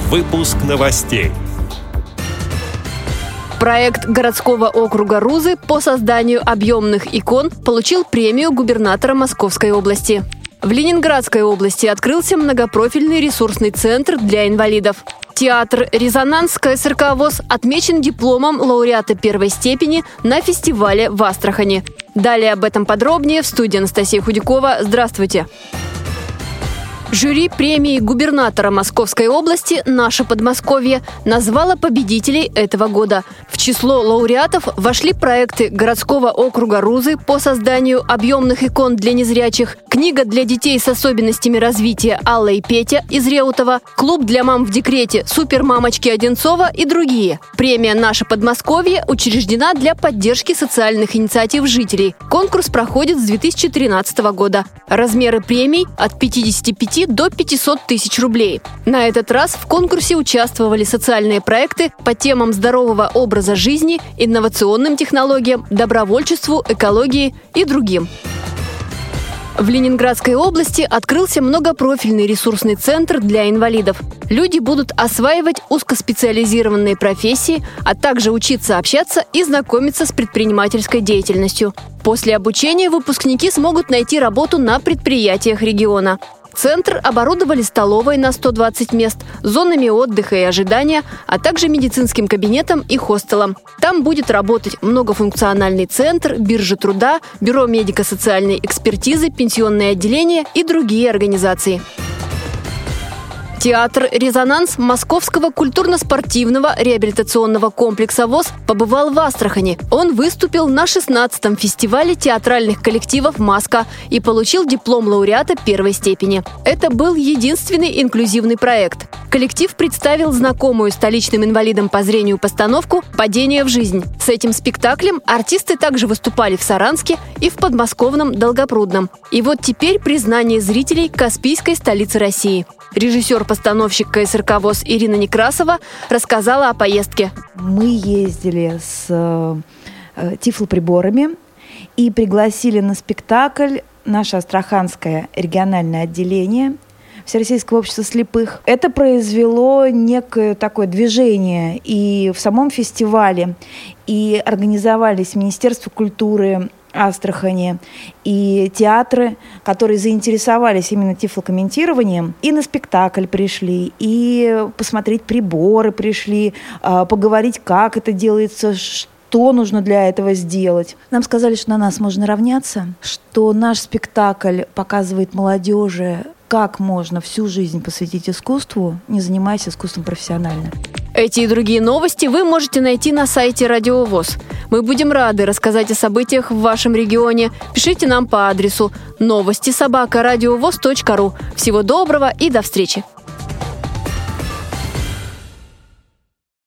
Выпуск новостей. Проект городского округа Рузы по созданию объемных икон получил премию губернатора Московской области. В Ленинградской области открылся многопрофильный ресурсный центр для инвалидов. Театр «Резонанс» КСРК ВОС отмечен дипломом лауреата первой степени на фестивале в Астрахани. Далее об этом подробнее в студии Анастасия Худякова. Здравствуйте! Жюри премии губернатора Московской области «Наше Подмосковье» назвало победителей этого года. В число лауреатов вошли проекты городского округа Рузы по созданию объемных икон для незрячих, книга для детей с особенностями развития «Алла и Петя» из Реутова, клуб для мам в декрете «Супермамочки» Одинцова и другие. Премия «Наше Подмосковье» учреждена для поддержки социальных инициатив жителей. Конкурс проходит с 2013 года. Размеры премий от 55 до 500 тысяч рублей. На этот раз в конкурсе участвовали социальные проекты по темам здорового образа жизни, инновационным технологиям, добровольчеству, экологии и другим. В Ленинградской области открылся многопрофильный ресурсный центр для инвалидов. Люди будут осваивать узкоспециализированные профессии, а также учиться общаться и знакомиться с предпринимательской деятельностью. После обучения выпускники смогут найти работу на предприятиях региона. Центр оборудовали столовой на 120 мест, зонами отдыха и ожидания, а также медицинским кабинетом и хостелом. Там будет работать многофункциональный центр, биржа труда, бюро медико-социальной экспертизы, пенсионное отделение и другие организации. Театр «Резонанс» Московского культурно-спортивного реабилитационного комплекса ВОС побывал в Астрахани. Он выступил на 16-м фестивале театральных коллективов «Маска» и получил диплом лауреата первой степени. Это был единственный инклюзивный проект. Коллектив представил знакомую столичным инвалидам по зрению постановку «Падение в жизнь». С этим спектаклем артисты также выступали в Саранске и в подмосковном Долгопрудном. И вот теперь признание зрителей Каспийской столицы России. Режиссер-постановщик КСРК ВОС Ирина Некрасова рассказала о поездке. Мы ездили с тифлоприборами и пригласили на спектакль наше астраханское региональное отделение Всероссийского общества слепых. Это произвело некое такое движение и в самом фестивале, и организовались Министерство культуры Астрахани и театры, которые заинтересовались именно тифлокомментированием, и на спектакль пришли, и посмотреть приборы пришли, поговорить, как это делается, что нужно для этого сделать. Нам сказали, что на нас можно равняться, что наш спектакль показывает молодежи, как можно всю жизнь посвятить искусству, не занимаясь искусством профессионально. Эти и другие новости вы можете найти на сайте Радио ВОС. Мы будем рады рассказать о событиях в вашем регионе. Пишите нам по адресу новости@радиовос.ру. Всего доброго и до встречи!